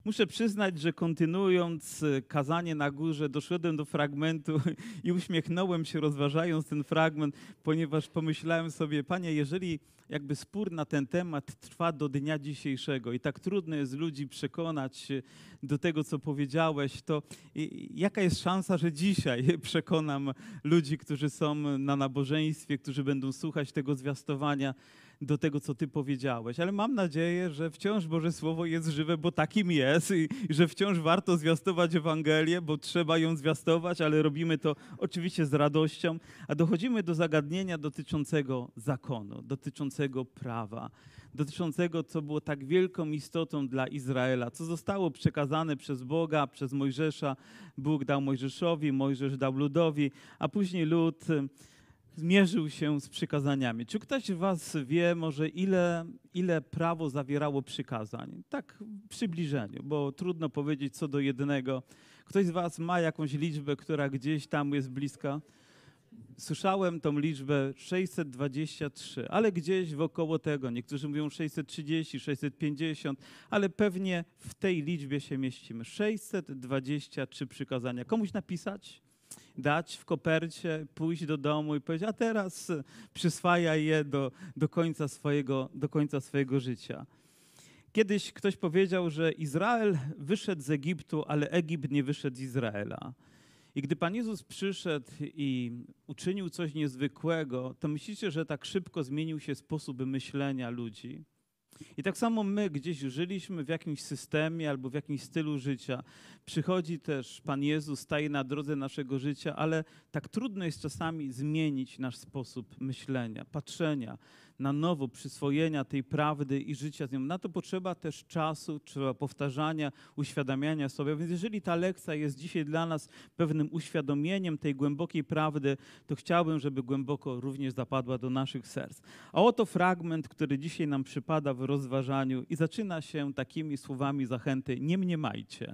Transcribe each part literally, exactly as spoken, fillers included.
Muszę przyznać, że kontynuując e, kazanie na górze, doszedłem do fragmentu i uśmiechnąłem się, rozważając ten fragment, ponieważ pomyślałem sobie, Panie, jeżeli jakby spór na ten temat trwa do dnia dzisiejszego i tak trudno jest ludzi przekonać się do tego, co powiedziałeś, to i- jaka jest szansa, że dzisiaj przekonam ludzi, którzy są na nabożeństwie, którzy będą słuchać tego zwiastowania, do tego, co Ty powiedziałeś. Ale mam nadzieję, że wciąż Boże Słowo jest żywe, bo takim jest i, i że wciąż warto zwiastować Ewangelię, bo trzeba ją zwiastować, ale robimy to oczywiście z radością. A dochodzimy do zagadnienia dotyczącego zakonu, dotyczącego prawa, dotyczącego, co było tak wielką istotą dla Izraela, co zostało przekazane przez Boga, przez Mojżesza. Bóg dał Mojżeszowi, Mojżesz dał ludowi, a później lud zmierzył się z przykazaniami. Czy ktoś z was wie może ile, ile prawo zawierało przykazań? Tak w przybliżeniu, bo trudno powiedzieć co do jednego. Ktoś z was ma jakąś liczbę, która gdzieś tam jest bliska? Słyszałem tą liczbę sześćset dwadzieścia trzy, ale gdzieś wokoło tego. Niektórzy mówią sześćset trzydzieści, sześćset pięćdziesiąt, ale pewnie w tej liczbie się mieścimy. sześćset dwadzieścia trzy przykazania. Komuś napisać? Dać w kopercie, pójść do domu i powiedzieć, a teraz przyswajaj je do, do, końca swojego, do końca swojego życia. Kiedyś ktoś powiedział, że Izrael wyszedł z Egiptu, ale Egipt nie wyszedł z Izraela. I gdy Pan Jezus przyszedł i uczynił coś niezwykłego, to myślicie, że tak szybko zmienił się sposób myślenia ludzi? I tak samo my gdzieś żyliśmy w jakimś systemie albo w jakimś stylu życia. Przychodzi też Pan Jezus, staje na drodze naszego życia, ale tak trudno jest czasami zmienić nasz sposób myślenia, patrzenia na nowo, przyswojenia tej prawdy i życia z nią. Na to potrzeba też czasu, trzeba powtarzania, uświadamiania sobie. Więc jeżeli ta lekcja jest dzisiaj dla nas pewnym uświadomieniem tej głębokiej prawdy, to chciałbym, żeby głęboko również zapadła do naszych serc. A oto fragment, który dzisiaj nam przypada w rozważaniu i zaczyna się takimi słowami zachęty: nie mniemajcie.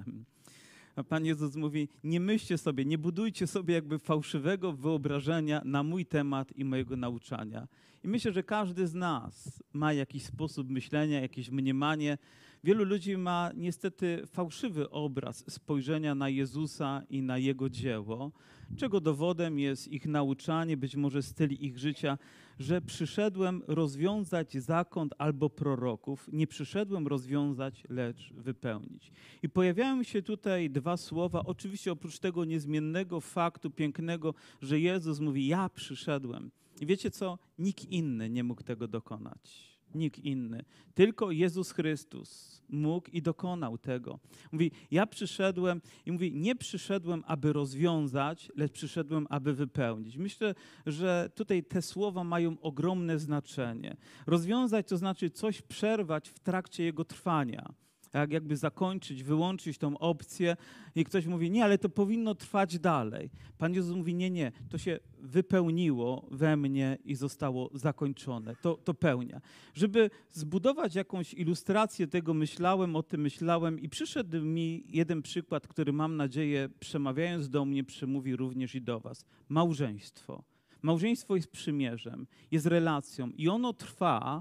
A Pan Jezus mówi, nie myślcie sobie, nie budujcie sobie jakby fałszywego wyobrażenia na mój temat i mojego nauczania. I myślę, że każdy z nas ma jakiś sposób myślenia, jakieś mniemanie. Wielu ludzi ma niestety fałszywy obraz spojrzenia na Jezusa i na Jego dzieło, czego dowodem jest ich nauczanie, być może styl ich życia, że przyszedłem rozwiązać zakon albo proroków. Nie przyszedłem rozwiązać, lecz wypełnić. I pojawiają się tutaj dwa słowa, oczywiście oprócz tego niezmiennego faktu pięknego, że Jezus mówi, ja przyszedłem. I wiecie co? Nikt inny nie mógł tego dokonać. Nikt inny. Tylko Jezus Chrystus mógł i dokonał tego. Mówi, ja przyszedłem i mówi, nie przyszedłem, aby rozwiązać, lecz przyszedłem, aby wypełnić. Myślę, że tutaj te słowa mają ogromne znaczenie. Rozwiązać to znaczy coś przerwać w trakcie jego trwania. Tak, jakby zakończyć, wyłączyć tą opcję i ktoś mówi, nie, ale to powinno trwać dalej. Pan Jezus mówi, nie, nie, to się wypełniło we mnie i zostało zakończone. To, to pełnia. Żeby zbudować jakąś ilustrację tego, myślałem o tym, myślałem i przyszedł mi jeden przykład, który mam nadzieję, przemawiając do mnie, przemówi również i do was. Małżeństwo. Małżeństwo jest przymierzem, jest relacją i ono trwa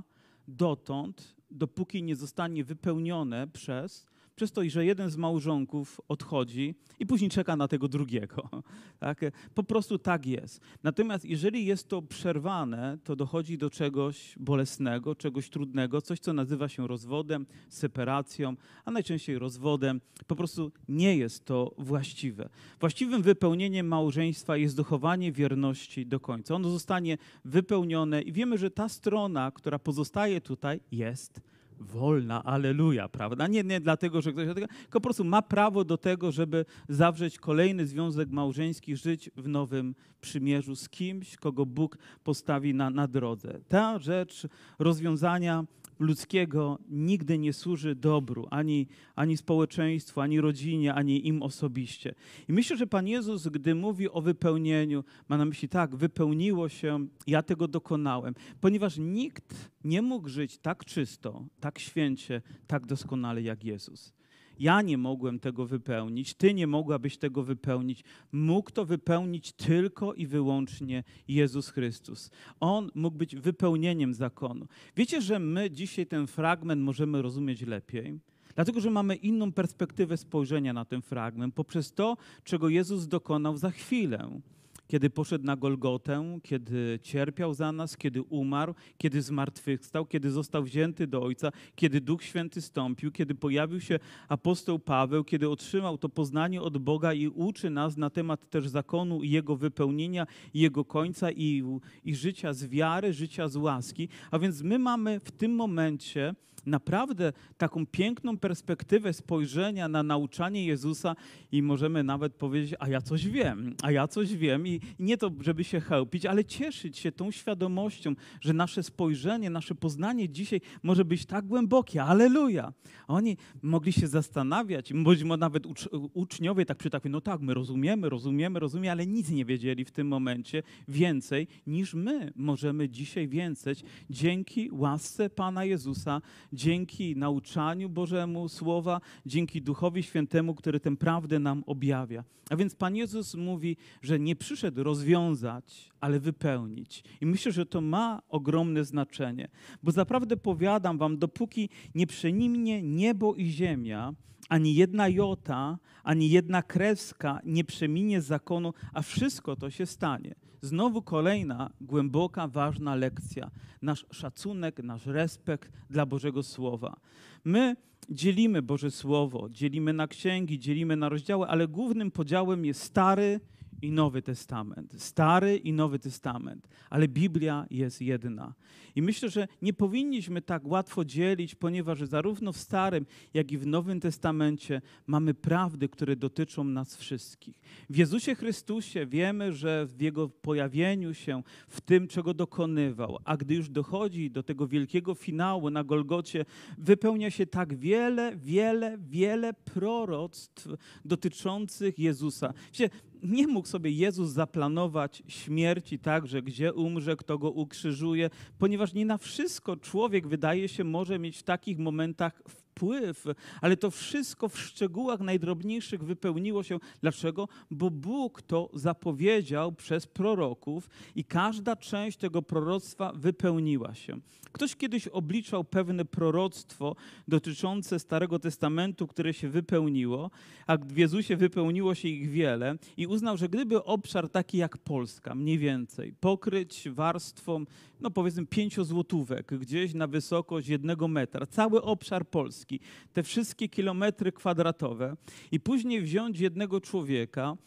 dotąd, dopóki nie zostanie wypełnione przez, przez to, że jeden z małżonków odchodzi i później czeka na tego drugiego. Tak? Po prostu tak jest. Natomiast jeżeli jest to przerwane, to dochodzi do czegoś bolesnego, czegoś trudnego, coś, co nazywa się rozwodem, separacją, a najczęściej rozwodem. Po prostu nie jest to właściwe. Właściwym wypełnieniem małżeństwa jest dochowanie wierności do końca. Ono zostanie wypełnione i wiemy, że ta strona, która pozostaje tutaj, jest wolna, aleluja, prawda? Nie, nie dlatego, że ktoś, tylko po prostu ma prawo do tego, żeby zawrzeć kolejny związek małżeński, żyć w nowym przymierzu z kimś, kogo Bóg postawi na, na drodze. Ta rzecz rozwiązania ludzkiego nigdy nie służy dobru, ani, ani społeczeństwu, ani rodzinie, ani im osobiście. I myślę, że Pan Jezus, gdy mówi o wypełnieniu, ma na myśli tak, wypełniło się, ja tego dokonałem, ponieważ nikt nie mógł żyć tak czysto, tak święcie, tak doskonale jak Jezus. Ja nie mogłem tego wypełnić, ty nie mogłabyś tego wypełnić. Mógł to wypełnić tylko i wyłącznie Jezus Chrystus. On mógł być wypełnieniem zakonu. Wiecie, że my dzisiaj ten fragment możemy rozumieć lepiej? Dlatego, że mamy inną perspektywę spojrzenia na ten fragment, poprzez to, czego Jezus dokonał za chwilę. Kiedy poszedł na Golgotę, kiedy cierpiał za nas, kiedy umarł, kiedy zmartwychwstał, kiedy został wzięty do Ojca, kiedy Duch Święty stąpił, kiedy pojawił się apostoł Paweł, kiedy otrzymał to poznanie od Boga i uczy nas na temat też zakonu i jego wypełnienia, i jego końca, i, i życia z wiary, życia z łaski. A więc my mamy w tym momencie naprawdę taką piękną perspektywę spojrzenia na nauczanie Jezusa i możemy nawet powiedzieć, a ja coś wiem, a ja coś wiem. I nie to, żeby się chełpić, ale cieszyć się tą świadomością, że nasze spojrzenie, nasze poznanie dzisiaj może być tak głębokie. Alleluja! Oni mogli się zastanawiać, być może nawet ucz uczniowie tak przytakli, no tak, my rozumiemy, rozumiemy, rozumiemy, ale nic nie wiedzieli w tym momencie więcej niż my możemy dzisiaj więcej dzięki łasce Pana Jezusa, dzięki nauczaniu Bożemu Słowa, dzięki Duchowi Świętemu, który tę prawdę nam objawia. A więc Pan Jezus mówi, że nie przyszedł rozwiązać, ale wypełnić. I myślę, że to ma ogromne znaczenie, bo zaprawdę powiadam wam, dopóki nie przeminie niebo i ziemia, ani jedna jota, ani jedna kreska nie przeminie z zakonu, a wszystko to się stanie. Znowu kolejna głęboka, ważna lekcja. Nasz szacunek, nasz respekt dla Bożego Słowa. My dzielimy Boże Słowo, dzielimy na księgi, dzielimy na rozdziały, ale głównym podziałem jest Stary i Nowy Testament. Stary i Nowy Testament, ale Biblia jest jedna. I myślę, że nie powinniśmy tak łatwo dzielić, ponieważ zarówno w Starym, jak i w Nowym Testamencie mamy prawdy, które dotyczą nas wszystkich. W Jezusie Chrystusie wiemy, że w Jego pojawieniu się, w tym, czego dokonywał, a gdy już dochodzi do tego wielkiego finału na Golgocie, wypełnia się tak wiele, wiele, wiele proroctw dotyczących Jezusa. Wiecie, nie mógł sobie Jezus zaplanować śmierci tak, że gdzie umrze, kto go ukrzyżuje, ponieważ nie na wszystko człowiek, wydaje się, może mieć w takich momentach wpływ, ale to wszystko w szczegółach najdrobniejszych wypełniło się. Dlaczego? Bo Bóg to zapowiedział przez proroków i każda część tego proroctwa wypełniła się. Ktoś kiedyś obliczał pewne proroctwo dotyczące Starego Testamentu, które się wypełniło, a w Jezusie wypełniło się ich wiele i uznał, że gdyby obszar taki jak Polska, mniej więcej, pokryć warstwą, no powiedzmy pięciozłotówek, gdzieś na wysokość jednego metra, cały obszar Polski, te wszystkie kilometry kwadratowe i później wziąć jednego człowieka,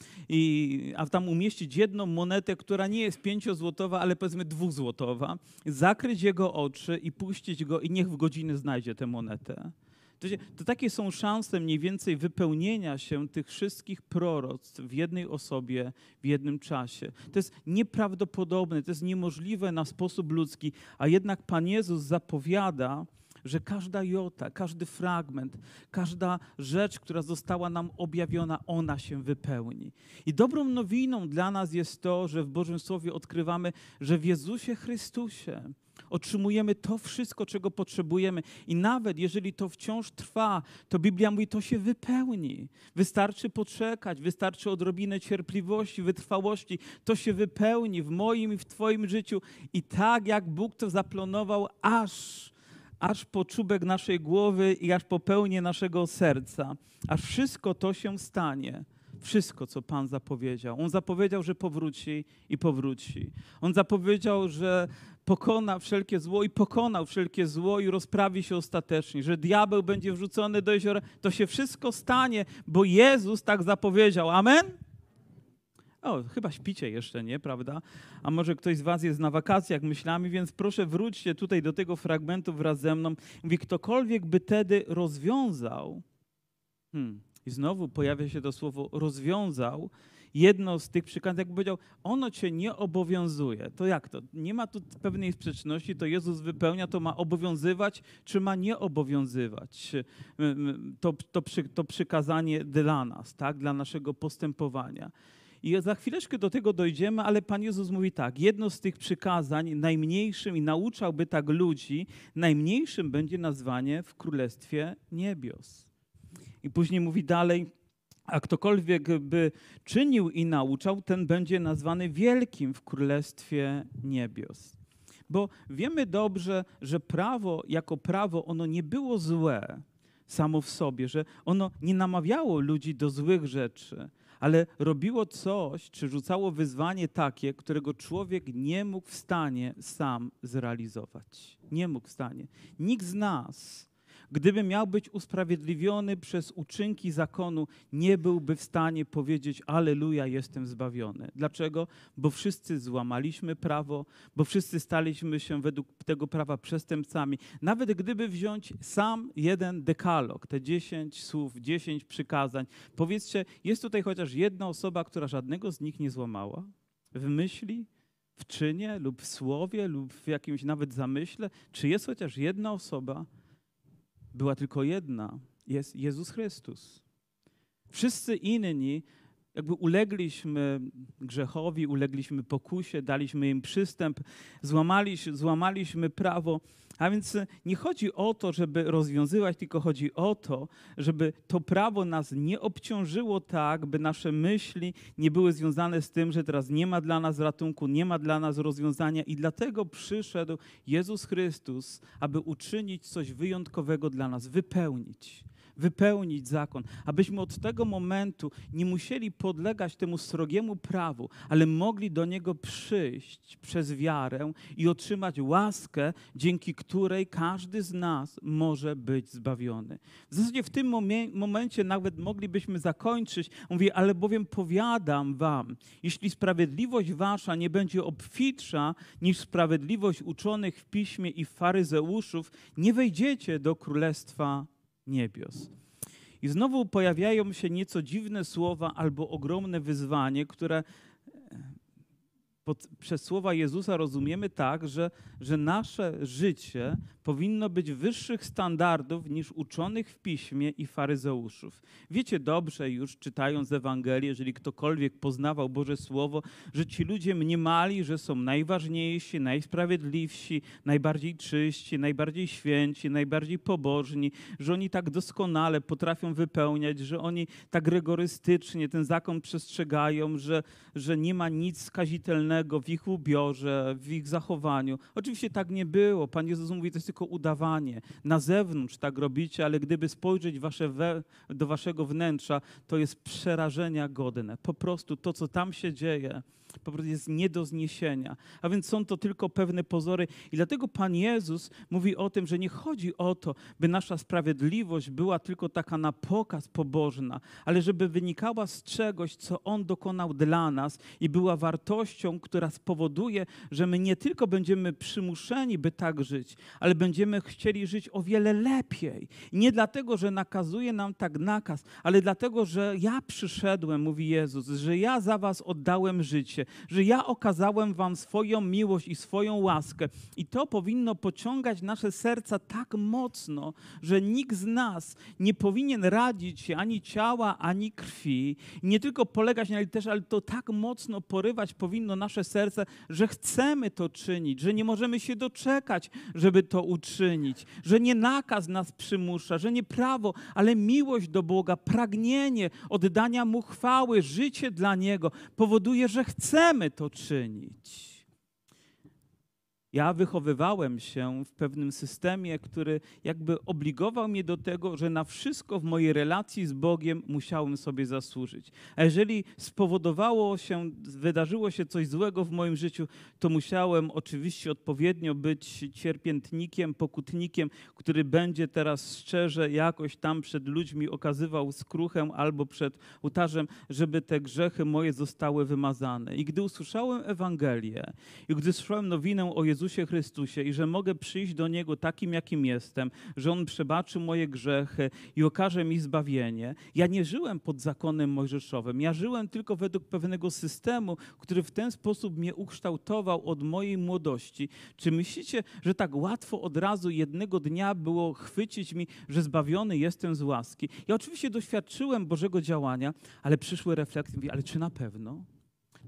i, a tam umieścić jedną monetę, która nie jest pięciozłotowa, ale powiedzmy dwuzłotowa, zakryć jego oczy i puścić go i niech w godzinę znajdzie tę monetę. To, to takie są szanse mniej więcej wypełnienia się tych wszystkich proroctw w jednej osobie, w jednym czasie. To jest nieprawdopodobne, to jest niemożliwe na sposób ludzki, a jednak Pan Jezus zapowiada, że każda jota, każdy fragment, każda rzecz, która została nam objawiona, ona się wypełni. I dobrą nowiną dla nas jest to, że w Bożym Słowie odkrywamy, że w Jezusie Chrystusie otrzymujemy to wszystko, czego potrzebujemy. I nawet jeżeli to wciąż trwa, to Biblia mówi, to się wypełni. Wystarczy poczekać, wystarczy odrobinę cierpliwości, wytrwałości. To się wypełni w moim i w Twoim życiu. I tak jak Bóg to zaplanował, aż, aż po czubek naszej głowy i aż po pełnię naszego serca. Aż wszystko to się stanie. Wszystko, co Pan zapowiedział. On zapowiedział, że powróci i powróci. On zapowiedział, że pokona wszelkie zło i pokonał wszelkie zło i rozprawi się ostatecznie, że diabeł będzie wrzucony do jeziora. To się wszystko stanie, bo Jezus tak zapowiedział. Amen? O, chyba śpicie jeszcze, nie, prawda? A może ktoś z was jest na wakacjach myślami, więc proszę wróćcie tutaj do tego fragmentu wraz ze mną. Mówi, ktokolwiek by tedy rozwiązał, hmm, i znowu pojawia się to słowo rozwiązał, jedno z tych przykazań, jak powiedział, ono cię nie obowiązuje. To jak to? Nie ma tu pewnej sprzeczności, to Jezus wypełnia, to ma obowiązywać, czy ma nie obowiązywać to, to, przy, to przykazanie dla nas, tak? Dla naszego postępowania. I za chwileczkę do tego dojdziemy, ale Pan Jezus mówi tak, jedno z tych przykazań, najmniejszym, i nauczałby tak ludzi, najmniejszym będzie nazwanie w Królestwie Niebios. I później mówi dalej, a ktokolwiek by czynił i nauczał, ten będzie nazwany wielkim w Królestwie Niebios. Bo wiemy dobrze, że prawo jako prawo, ono nie było złe. samo w sobie, że ono nie namawiało ludzi do złych rzeczy, ale robiło coś, czy rzucało wyzwanie takie, którego człowiek nie mógł w stanie sam zrealizować. Nie mógł w stanie. Nikt z nas, gdyby miał być usprawiedliwiony przez uczynki zakonu, nie byłby w stanie powiedzieć: Alleluja, jestem zbawiony. Dlaczego? Bo wszyscy złamaliśmy prawo, bo wszyscy staliśmy się według tego prawa przestępcami. Nawet gdyby wziąć sam jeden dekalog, te dziesięć słów, dziesięć przykazań, powiedzcie, jest tutaj chociaż jedna osoba, która żadnego z nich nie złamała? W myśli, w czynie lub w słowie lub w jakimś nawet zamyśle? Czy jest chociaż jedna osoba? Była tylko jedna, jest Jezus Chrystus. Wszyscy inni jakby ulegliśmy grzechowi, ulegliśmy pokusie, daliśmy im przystęp, złamaliśmy, złamaliśmy prawo. A więc nie chodzi o to, żeby rozwiązywać, tylko chodzi o to, żeby to prawo nas nie obciążyło tak, by nasze myśli nie były związane z tym, że teraz nie ma dla nas ratunku, nie ma dla nas rozwiązania i dlatego przyszedł Jezus Chrystus, aby uczynić coś wyjątkowego dla nas, wypełnić. wypełnić zakon, abyśmy od tego momentu nie musieli podlegać temu srogiemu prawu, ale mogli do niego przyjść przez wiarę i otrzymać łaskę, dzięki której każdy z nas może być zbawiony. W zasadzie w tym momie- momencie nawet moglibyśmy zakończyć. Mówię, ale bowiem powiadam wam, jeśli sprawiedliwość wasza nie będzie obfitsza niż sprawiedliwość uczonych w piśmie i faryzeuszów, nie wejdziecie do Królestwa Niebios. I znowu pojawiają się nieco dziwne słowa albo ogromne wyzwanie, które pod, przez słowa Jezusa rozumiemy tak, że, że nasze życie powinno być wyższych standardów niż uczonych w piśmie i faryzeuszów. Wiecie dobrze już, czytając Ewangelię, jeżeli ktokolwiek poznawał Boże Słowo, że ci ludzie mniemali, że są najważniejsi, najsprawiedliwsi, najbardziej czyści, najbardziej święci, najbardziej pobożni, że oni tak doskonale potrafią wypełniać, że oni tak rygorystycznie ten zakon przestrzegają, że, że nie ma nic skazitelnego w ich ubiorze, w ich zachowaniu. Oczywiście tak nie było. Pan Jezus mówi, to jest tylko udawanie. Na zewnątrz tak robicie, ale gdyby spojrzeć wasze we, do waszego wnętrza, to jest przerażenia godne. Po prostu to, co tam się dzieje, po prostu jest nie do zniesienia. A więc są to tylko pewne pozory. I dlatego Pan Jezus mówi o tym, że nie chodzi o to, by nasza sprawiedliwość była tylko taka na pokaz pobożna, ale żeby wynikała z czegoś, co On dokonał dla nas i była wartością, która spowoduje, że my nie tylko będziemy przymuszeni, by tak żyć, ale będziemy chcieli żyć o wiele lepiej. I nie dlatego, że nakazuje nam tak nakaz, ale dlatego, że ja przyszedłem, mówi Jezus, że ja za was oddałem życie, że ja okazałem wam swoją miłość i swoją łaskę. I to powinno pociągać nasze serca tak mocno, że nikt z nas nie powinien radzić się ani ciała, ani krwi. I nie tylko polegać na nim też, ale to tak mocno porywać powinno nasze serce, że chcemy to czynić, że nie możemy się doczekać, żeby to uczynić, że nie nakaz nas przymusza, że nie prawo, ale miłość do Boga, pragnienie oddania Mu chwały, życie dla Niego powoduje, że chcemy to czynić. Ja wychowywałem się w pewnym systemie, który jakby obligował mnie do tego, że na wszystko w mojej relacji z Bogiem musiałem sobie zasłużyć. A jeżeli spowodowało się, wydarzyło się coś złego w moim życiu, to musiałem oczywiście odpowiednio być cierpiętnikiem, pokutnikiem, który będzie teraz szczerze jakoś tam przed ludźmi okazywał skruchę albo przed ołtarzem, żeby te grzechy moje zostały wymazane. I gdy usłyszałem Ewangelię i gdy słyszałem nowinę o Jezusie Chrystusie i że mogę przyjść do Niego takim, jakim jestem, że On przebaczy moje grzechy i okaże mi zbawienie. Ja nie żyłem pod zakonem mojżeszowym. Ja żyłem tylko według pewnego systemu, który w ten sposób mnie ukształtował od mojej młodości. Czy myślicie, że tak łatwo od razu jednego dnia było chwycić mi, że zbawiony jestem z łaski? Ja oczywiście doświadczyłem Bożego działania, ale przyszły refleksje, mówię, ale czy na pewno?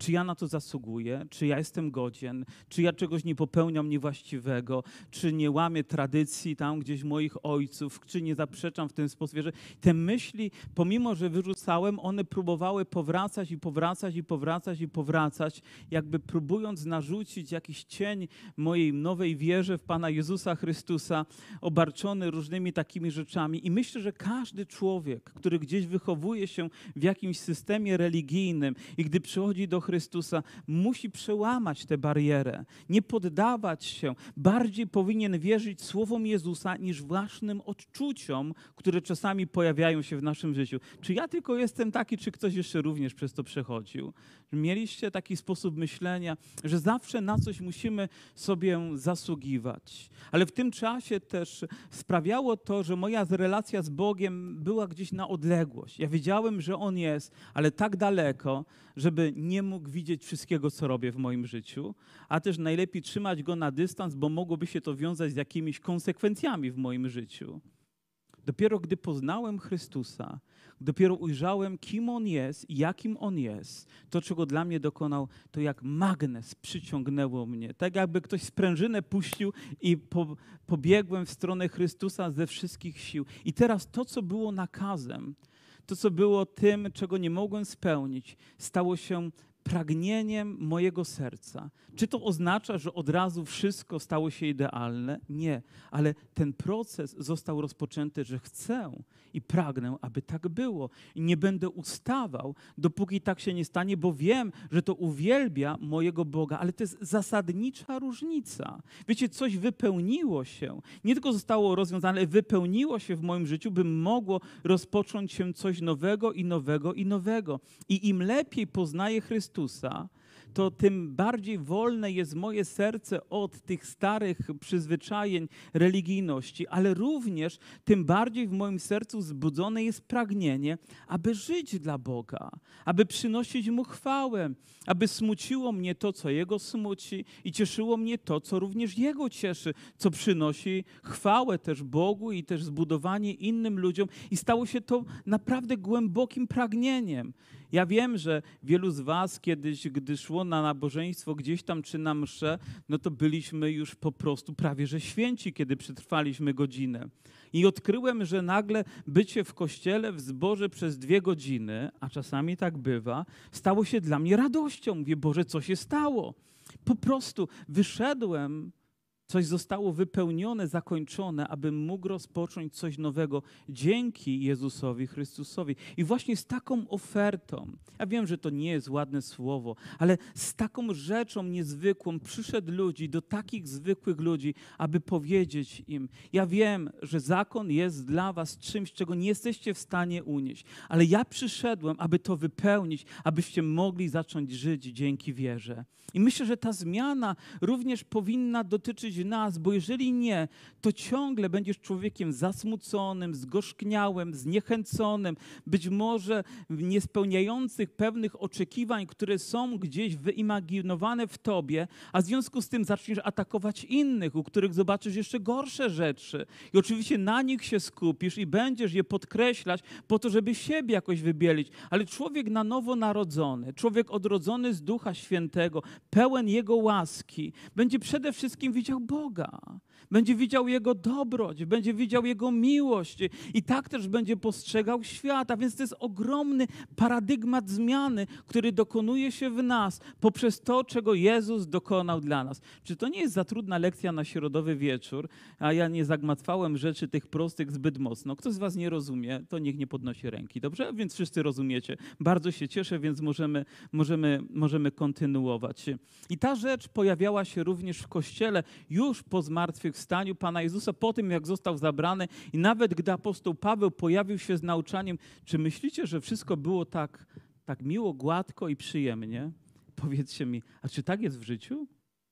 czy ja na to zasługuję, czy ja jestem godzien, czy ja czegoś nie popełniam niewłaściwego, czy nie łamię tradycji tam gdzieś moich ojców, czy nie zaprzeczam w ten sposób. Że te myśli, pomimo że wyrzucałem, one próbowały powracać i powracać i powracać i powracać, jakby próbując narzucić jakiś cień mojej nowej wierze w Pana Jezusa Chrystusa, obarczony różnymi takimi rzeczami. I myślę, że każdy człowiek, który gdzieś wychowuje się w jakimś systemie religijnym i gdy przychodzi do Chrystusa, musi przełamać tę barierę, nie poddawać się, bardziej powinien wierzyć słowom Jezusa niż własnym odczuciom, które czasami pojawiają się w naszym życiu. Czy ja tylko jestem taki, czy ktoś jeszcze również przez to przechodził? Mieliście taki sposób myślenia, że zawsze na coś musimy sobie zasługiwać. Ale w tym czasie też sprawiało to, że moja relacja z Bogiem była gdzieś na odległość. Ja wiedziałem, że On jest, ale tak daleko, żeby nie mógł widzieć wszystkiego, co robię w moim życiu, a też najlepiej trzymać Go na dystans, bo mogłoby się to wiązać z jakimiś konsekwencjami w moim życiu. Dopiero gdy poznałem Chrystusa, dopiero ujrzałem, kim On jest i jakim On jest, to, czego dla mnie dokonał, to jak magnes przyciągnęło mnie. Tak jakby ktoś sprężynę puścił i po, pobiegłem w stronę Chrystusa ze wszystkich sił. I teraz to, co było nakazem, to, co było tym, czego nie mogłem spełnić, stało się pragnieniem mojego serca. Czy to oznacza, że od razu wszystko stało się idealne? Nie, ale ten proces został rozpoczęty, że chcę i pragnę, aby tak było. I nie będę ustawał, dopóki tak się nie stanie, bo wiem, że to uwielbia mojego Boga, ale to jest zasadnicza różnica. Wiecie, coś wypełniło się, nie tylko zostało rozwiązane, ale wypełniło się w moim życiu, by mogło rozpocząć się coś nowego i nowego i nowego. I im lepiej poznaję Chrystusa, to tym bardziej wolne jest moje serce od tych starych przyzwyczajeń religijności, ale również tym bardziej w moim sercu wzbudzone jest pragnienie, aby żyć dla Boga, aby przynosić Mu chwałę, aby smuciło mnie to, co Jego smuci i cieszyło mnie to, co również Jego cieszy, co przynosi chwałę też Bogu i też zbudowanie innym ludziom i stało się to naprawdę głębokim pragnieniem. Ja wiem, że wielu z was kiedyś, gdy szło na nabożeństwo gdzieś tam czy na mszę, no to byliśmy już po prostu prawie że święci, kiedy przetrwaliśmy godzinę. I odkryłem, że nagle bycie w kościele, w zborze przez dwie godziny, a czasami tak bywa, stało się dla mnie radością. Mówię, Boże, co się stało? Po prostu wyszedłem, coś zostało wypełnione, zakończone, abym mógł rozpocząć coś nowego dzięki Jezusowi Chrystusowi. I właśnie z taką ofertą, ja wiem, że to nie jest ładne słowo, ale z taką rzeczą niezwykłą przyszedł ludzi, do takich zwykłych ludzi, aby powiedzieć im, ja wiem, że zakon jest dla was czymś, czego nie jesteście w stanie unieść, ale ja przyszedłem, aby to wypełnić, abyście mogli zacząć żyć dzięki wierze. I myślę, że ta zmiana również powinna dotyczyć nas, bo jeżeli nie, to ciągle będziesz człowiekiem zasmuconym, zgorzkniałym, zniechęconym, być może niespełniających pewnych oczekiwań, które są gdzieś wyimaginowane w tobie, a w związku z tym zaczniesz atakować innych, u których zobaczysz jeszcze gorsze rzeczy. I oczywiście na nich się skupisz i będziesz je podkreślać po to, żeby siebie jakoś wybielić. Ale człowiek na nowo narodzony, człowiek odrodzony z Ducha Świętego, pełen Jego łaski, będzie przede wszystkim widział Boga. Będzie widział Jego dobroć, będzie widział Jego miłość i tak też będzie postrzegał świat. A więc to jest ogromny paradygmat zmiany, który dokonuje się w nas poprzez to, czego Jezus dokonał dla nas. Czy to nie jest za trudna lekcja na środowy wieczór, a ja nie zagmatwałem rzeczy tych prostych zbyt mocno? Kto z was nie rozumie, to niech nie podnosi ręki, dobrze? Więc wszyscy rozumiecie. Bardzo się cieszę, więc możemy, możemy, możemy kontynuować. I ta rzecz pojawiała się również w Kościele już po zmartwychwstaniu Pana Jezusa, po tym jak został zabrany i nawet gdy apostoł Paweł pojawił się z nauczaniem, czy myślicie, że wszystko było tak, tak miło, gładko i przyjemnie? Powiedzcie mi, a czy tak jest w życiu?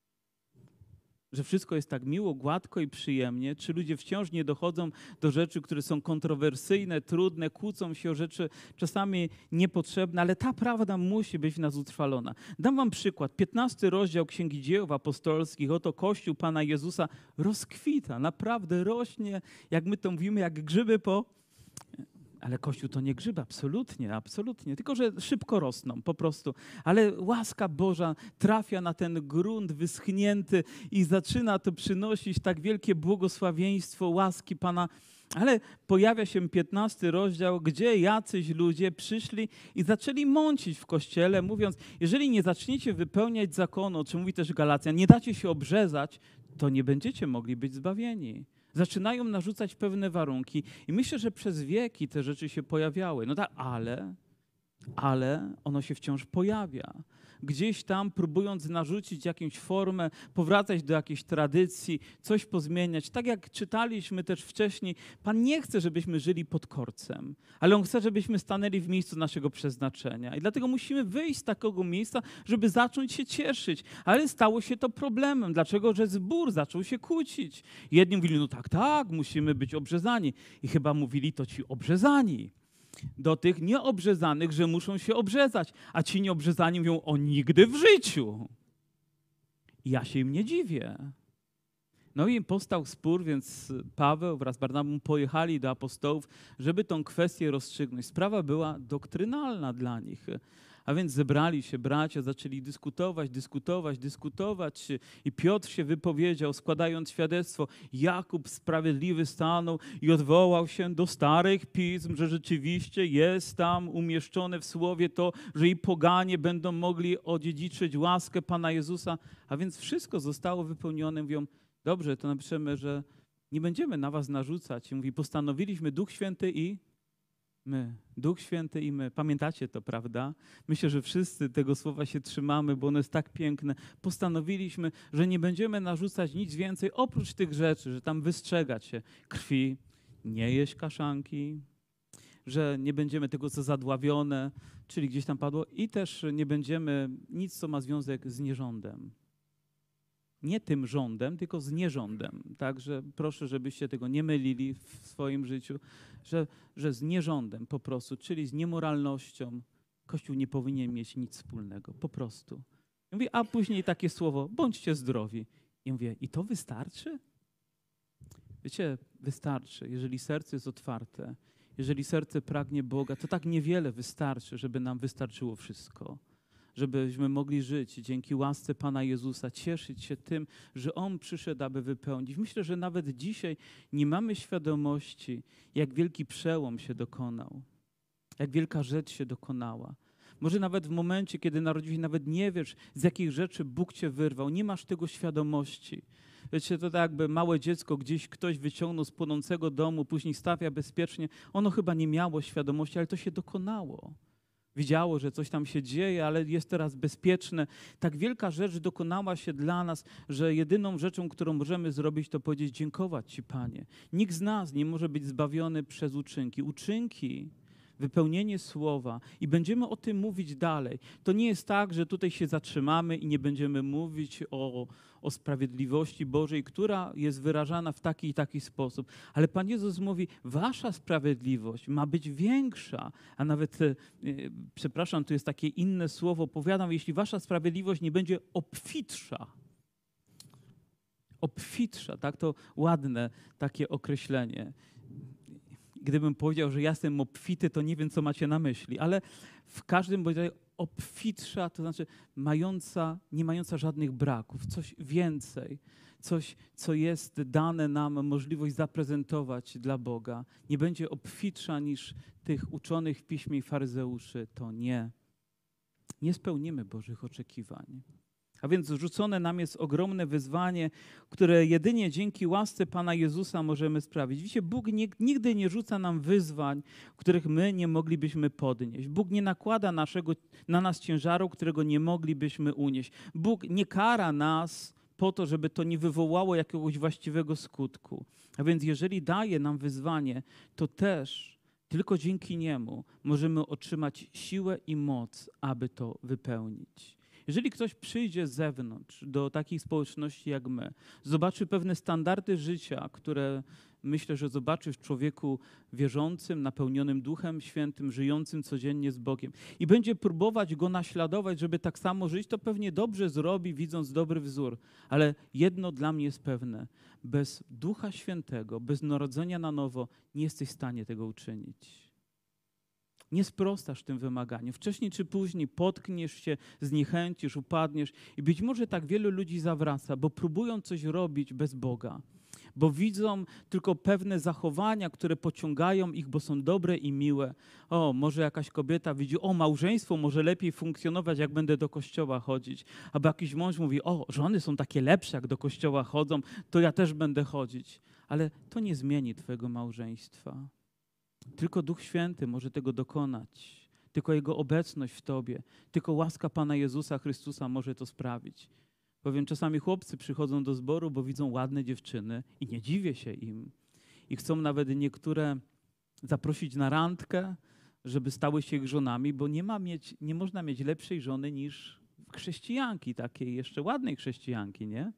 Że wszystko jest tak miło, gładko i przyjemnie? Czy ludzie wciąż nie dochodzą do rzeczy, które są kontrowersyjne, trudne, kłócą się o rzeczy czasami niepotrzebne, ale ta prawda musi być w nas utrwalona. Dam wam przykład. piętnasty rozdział Księgi Dziejów Apostolskich. Oto Kościół Pana Jezusa rozkwita, naprawdę rośnie, jak my to mówimy, jak grzyby po... Ale Kościół to nie grzyby, absolutnie, absolutnie. Tylko że szybko rosną po prostu. Ale łaska Boża trafia na ten grunt wyschnięty i zaczyna to przynosić tak wielkie błogosławieństwo łaski Pana. Ale pojawia się piętnasty rozdział, gdzie jacyś ludzie przyszli i zaczęli mącić w Kościele, mówiąc, jeżeli nie zaczniecie wypełniać zakonu, o czym mówi też Galacjan, nie dacie się obrzezać, to nie będziecie mogli być zbawieni. Zaczynają narzucać pewne warunki i myślę, że przez wieki te rzeczy się pojawiały. No tak, ale, ale ono się wciąż pojawia. Gdzieś tam próbując narzucić jakąś formę, powracać do jakiejś tradycji, coś pozmieniać. Tak jak czytaliśmy też wcześniej, Pan nie chce, żebyśmy żyli pod korcem, ale On chce, żebyśmy stanęli w miejscu naszego przeznaczenia. I dlatego musimy wyjść z takiego miejsca, żeby zacząć się cieszyć. Ale stało się to problemem. Dlaczego? Że zbór zaczął się kłócić. Jedni mówili, no tak, tak, musimy być obrzezani. I chyba mówili to ci obrzezani do tych nieobrzezanych, że muszą się obrzezać, a ci nieobrzezani mówią o nigdy w życiu. I ja się im nie dziwię. No i powstał spór, więc Paweł wraz z Barnabą pojechali do apostołów, żeby tą kwestię rozstrzygnąć. Sprawa była doktrynalna dla nich. A więc zebrali się bracia, zaczęli dyskutować, dyskutować, dyskutować i Piotr się wypowiedział, składając świadectwo. Jakub sprawiedliwy stanął i odwołał się do starych pism, że rzeczywiście jest tam umieszczone w słowie to, że i poganie będą mogli odziedziczyć łaskę Pana Jezusa. A więc wszystko zostało wypełnione. Mówią, dobrze, to napiszemy, że nie będziemy na was narzucać. I mówi, postanowiliśmy Duch Święty i my, Duch Święty i my. Pamiętacie to, prawda? Myślę, że wszyscy tego słowa się trzymamy, bo ono jest tak piękne. Postanowiliśmy, że nie będziemy narzucać nic więcej oprócz tych rzeczy, że tam wystrzegać się krwi, nie jeść kaszanki, że nie będziemy tego, co zadławione, czyli gdzieś tam padło, i też nie będziemy nic, co ma związek z nierządem. Nie tym rządem, tylko z nierządem. Także proszę, żebyście tego nie mylili w swoim życiu, że, że z nierządem po prostu, czyli z niemoralnością Kościół nie powinien mieć nic wspólnego. Po prostu. I mówię, a później takie słowo, bądźcie zdrowi. I mówię, i to wystarczy? Wiecie, wystarczy, jeżeli serce jest otwarte, jeżeli serce pragnie Boga, to tak niewiele wystarczy, żeby nam wystarczyło wszystko. Żebyśmy mogli żyć dzięki łasce Pana Jezusa, cieszyć się tym, że On przyszedł, aby wypełnić. Myślę, że nawet dzisiaj nie mamy świadomości, jak wielki przełom się dokonał, jak wielka rzecz się dokonała. Może nawet w momencie, kiedy narodziłeś się, nawet nie wiesz, z jakich rzeczy Bóg cię wyrwał, nie masz tego świadomości. Wiecie, to tak jakby małe dziecko gdzieś ktoś wyciągnął z płonącego domu, później stawia bezpiecznie. Ono chyba nie miało świadomości, ale to się dokonało. Widziało, że coś tam się dzieje, ale jest teraz bezpieczne. Tak wielka rzecz dokonała się dla nas, że jedyną rzeczą, którą możemy zrobić, to powiedzieć dziękować Ci, Panie. Nikt z nas nie może być zbawiony przez uczynki. Uczynki, wypełnienie słowa i będziemy o tym mówić dalej. To nie jest tak, że tutaj się zatrzymamy i nie będziemy mówić o, o sprawiedliwości Bożej, która jest wyrażana w taki i taki sposób. Ale Pan Jezus mówi, wasza sprawiedliwość ma być większa, a nawet, e, przepraszam, tu jest takie inne słowo, powiadam, jeśli wasza sprawiedliwość nie będzie obfitsza. Obfitsza, tak? To ładne takie określenie. Gdybym powiedział, że ja jestem obfity, to nie wiem, co macie na myśli, ale w każdym razie obfitsza, to znaczy mająca, nie mająca żadnych braków, coś więcej, coś, co jest dane nam możliwość zaprezentować dla Boga. Nie będzie obfitsza niż tych uczonych w piśmie i faryzeuszy, to nie. Nie spełnimy Bożych oczekiwań. A więc rzucone nam jest ogromne wyzwanie, które jedynie dzięki łasce Pana Jezusa możemy sprawić. Widzicie, Bóg nie, nigdy nie rzuca nam wyzwań, których my nie moglibyśmy podnieść. Bóg nie nakłada naszego, na nas ciężaru, którego nie moglibyśmy unieść. Bóg nie kara nas po to, żeby to nie wywołało jakiegoś właściwego skutku. A więc jeżeli daje nam wyzwanie, to też tylko dzięki Niemu możemy otrzymać siłę i moc, aby to wypełnić. Jeżeli ktoś przyjdzie z zewnątrz do takich społeczności jak my, zobaczy pewne standardy życia, które myślę, że zobaczy w człowieku wierzącym, napełnionym Duchem Świętym, żyjącym codziennie z Bogiem i będzie próbować go naśladować, żeby tak samo żyć, to pewnie dobrze zrobi, widząc dobry wzór. Ale jedno dla mnie jest pewne, bez Ducha Świętego, bez narodzenia na nowo nie jesteś w stanie tego uczynić. Nie sprostasz tym wymaganiom. Wcześniej czy później potkniesz się, zniechęcisz, upadniesz i być może tak wielu ludzi zawraca, bo próbują coś robić bez Boga. Bo widzą tylko pewne zachowania, które pociągają ich, bo są dobre i miłe. O, może jakaś kobieta widzi, o, małżeństwo może lepiej funkcjonować, jak będę do kościoła chodzić. Albo jakiś mąż mówi, o, żony są takie lepsze, jak do kościoła chodzą, to ja też będę chodzić. Ale to nie zmieni twojego małżeństwa. Tylko Duch Święty może tego dokonać. Tylko Jego obecność w tobie. Tylko łaska Pana Jezusa Chrystusa może to sprawić. Powiem, czasami chłopcy przychodzą do zboru, bo widzą ładne dziewczyny i nie dziwię się im. I chcą nawet niektóre zaprosić na randkę, żeby stały się ich żonami, bo nie, ma mieć, nie można mieć lepszej żony niż chrześcijanki, takiej jeszcze ładnej chrześcijanki, nie?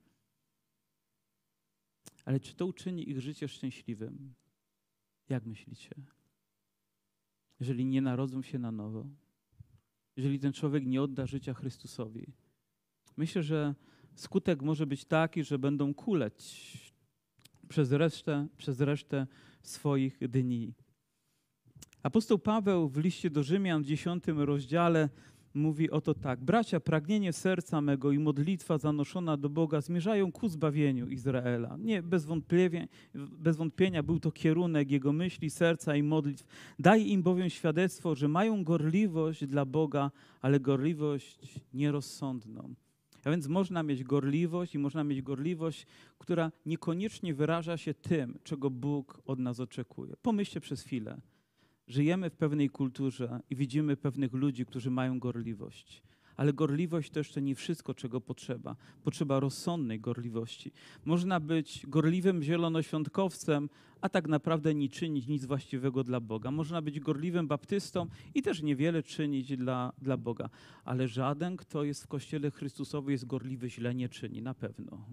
Ale czy to uczyni ich życie szczęśliwym? Jak myślicie? Jeżeli nie narodzą się na nowo, jeżeli ten człowiek nie odda życia Chrystusowi, myślę, że skutek może być taki, że będą kuleć przez resztę, przez resztę swoich dni. Apostoł Paweł w liście do Rzymian w dziesiątym rozdziale mówi oto tak. Bracia, pragnienie serca mego i modlitwa zanoszona do Boga zmierzają ku zbawieniu Izraela. Nie, bez wątpienia, bez wątpienia był to kierunek jego myśli, serca i modlitw. Daj im bowiem świadectwo, że mają gorliwość dla Boga, ale gorliwość nierozsądną. A więc można mieć gorliwość i można mieć gorliwość, która niekoniecznie wyraża się tym, czego Bóg od nas oczekuje. Pomyślcie przez chwilę. Żyjemy w pewnej kulturze i widzimy pewnych ludzi, którzy mają gorliwość. Ale gorliwość to jeszcze nie wszystko, czego potrzeba. Potrzeba rozsądnej gorliwości. Można być gorliwym zielonoświątkowcem, a tak naprawdę nie czynić nic właściwego dla Boga. Można być gorliwym baptystą i też niewiele czynić dla, dla Boga. Ale żaden, kto jest w Kościele Chrystusowym, jest gorliwy, źle nie czyni, na pewno.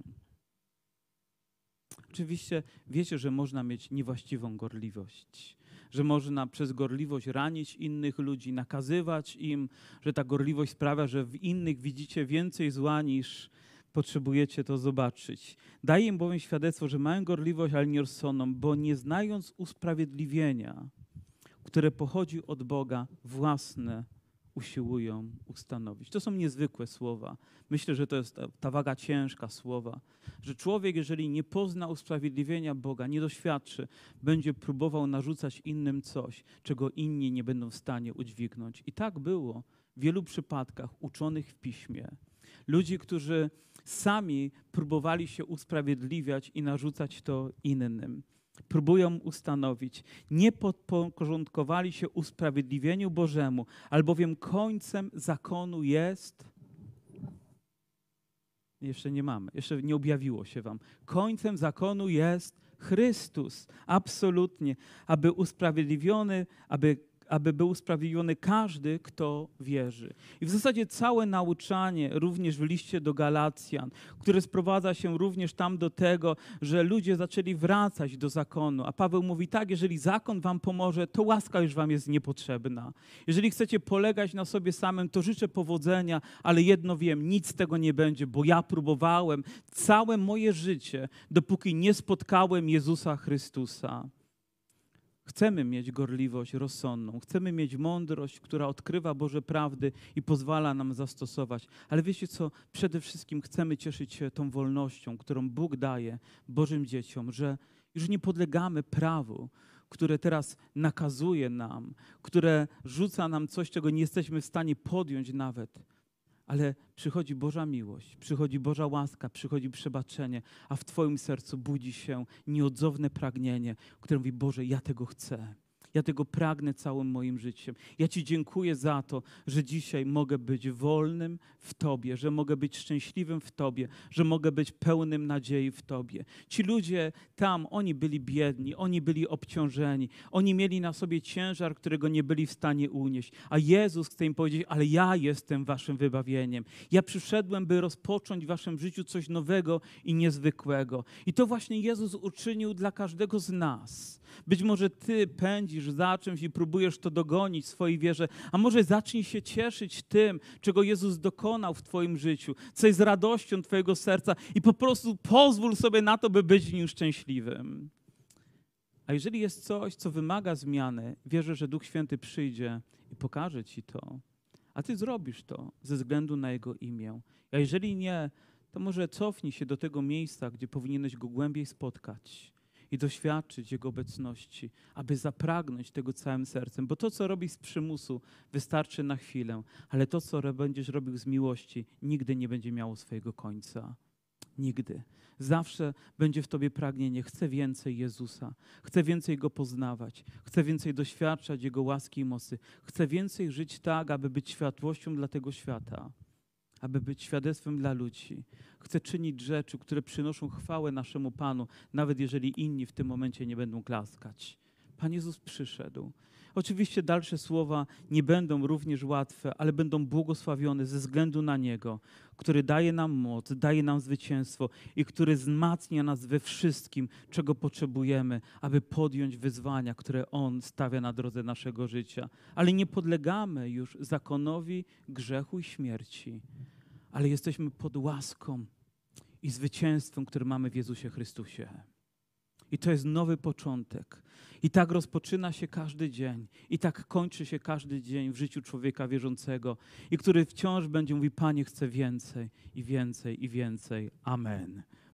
Oczywiście wiecie, że można mieć niewłaściwą gorliwość. Że można przez gorliwość ranić innych ludzi, nakazywać im, że ta gorliwość sprawia, że w innych widzicie więcej zła niż potrzebujecie to zobaczyć. Daję im bowiem świadectwo, że mają gorliwość, ale nierozsądną, bo nie znając usprawiedliwienia, które pochodzi od Boga, własne usiłują ustanowić. To są niezwykłe słowa. Myślę, że to jest ta, ta waga ciężka słowa, że człowiek, jeżeli nie pozna usprawiedliwienia Boga, nie doświadczy, będzie próbował narzucać innym coś, czego inni nie będą w stanie udźwignąć. I tak było w wielu przypadkach uczonych w piśmie. Ludzi, którzy sami próbowali się usprawiedliwiać i narzucać to innym. Próbują ustanowić. Nie podporządkowali się usprawiedliwieniu Bożemu, albowiem końcem zakonu jest... Jeszcze nie mamy, jeszcze nie objawiło się wam. Końcem zakonu jest Chrystus. Absolutnie. Aby usprawiedliwiony, aby aby był usprawiedliwiony każdy, kto wierzy. I w zasadzie całe nauczanie, również w liście do Galacjan, które sprowadza się również tam do tego, że ludzie zaczęli wracać do zakonu. A Paweł mówi tak, jeżeli zakon wam pomoże, to łaska już wam jest niepotrzebna. Jeżeli chcecie polegać na sobie samym, to życzę powodzenia, ale jedno wiem, nic z tego nie będzie, bo ja próbowałem całe moje życie, dopóki nie spotkałem Jezusa Chrystusa. Chcemy mieć gorliwość rozsądną, chcemy mieć mądrość, która odkrywa Boże prawdy i pozwala nam zastosować. Ale wiecie co? Przede wszystkim chcemy cieszyć się tą wolnością, którą Bóg daje Bożym dzieciom, że już nie podlegamy prawu, które teraz nakazuje nam, które rzuca nam coś, czego nie jesteśmy w stanie podjąć nawet. Ale przychodzi Boża miłość, przychodzi Boża łaska, przychodzi przebaczenie, a w twoim sercu budzi się nieodzowne pragnienie, które mówi, Boże, ja tego chcę. Ja tego pragnę całym moim życiem. Ja Ci dziękuję za to, że dzisiaj mogę być wolnym w Tobie, że mogę być szczęśliwym w Tobie, że mogę być pełnym nadziei w Tobie. Ci ludzie tam, oni byli biedni, oni byli obciążeni, oni mieli na sobie ciężar, którego nie byli w stanie unieść. A Jezus chce im powiedzieć, ale ja jestem Waszym wybawieniem. Ja przyszedłem, by rozpocząć w Waszym życiu coś nowego i niezwykłego. I to właśnie Jezus uczynił dla każdego z nas. Być może Ty pędzisz za czymś i próbujesz to dogonić w swojej wierze, a może zacznij się cieszyć tym, czego Jezus dokonał w Twoim życiu, co jest radością Twojego serca i po prostu pozwól sobie na to, by być w nim szczęśliwym. A jeżeli jest coś, co wymaga zmiany, wierzę, że Duch Święty przyjdzie i pokaże ci to, a ty zrobisz to ze względu na Jego imię. A jeżeli nie, to może cofnij się do tego miejsca, gdzie powinieneś Go głębiej spotkać i doświadczyć Jego obecności, aby zapragnąć tego całym sercem. Bo to, co robisz z przymusu, wystarczy na chwilę, ale to, co będziesz robił z miłości, nigdy nie będzie miało swojego końca. Nigdy. Zawsze będzie w tobie pragnienie. Chcę więcej Jezusa. Chcę więcej Go poznawać. Chcę więcej doświadczać Jego łaski i mocy. Chcę więcej żyć tak, aby być światłością dla tego świata. Aby być świadectwem dla ludzi. Chcę czynić rzeczy, które przynoszą chwałę naszemu Panu, nawet jeżeli inni w tym momencie nie będą klaskać. Pan Jezus przyszedł. Oczywiście dalsze słowa nie będą również łatwe, ale będą błogosławione ze względu na Niego, który daje nam moc, daje nam zwycięstwo i który wzmacnia nas we wszystkim, czego potrzebujemy, aby podjąć wyzwania, które On stawia na drodze naszego życia. Ale nie podlegamy już zakonowi grzechu i śmierci, ale jesteśmy pod łaską i zwycięstwem, które mamy w Jezusie Chrystusie. I to jest nowy początek. I tak rozpoczyna się każdy dzień. I tak kończy się każdy dzień w życiu człowieka wierzącego. I który wciąż będzie mówił: Panie, chcę więcej i więcej i więcej. Amen.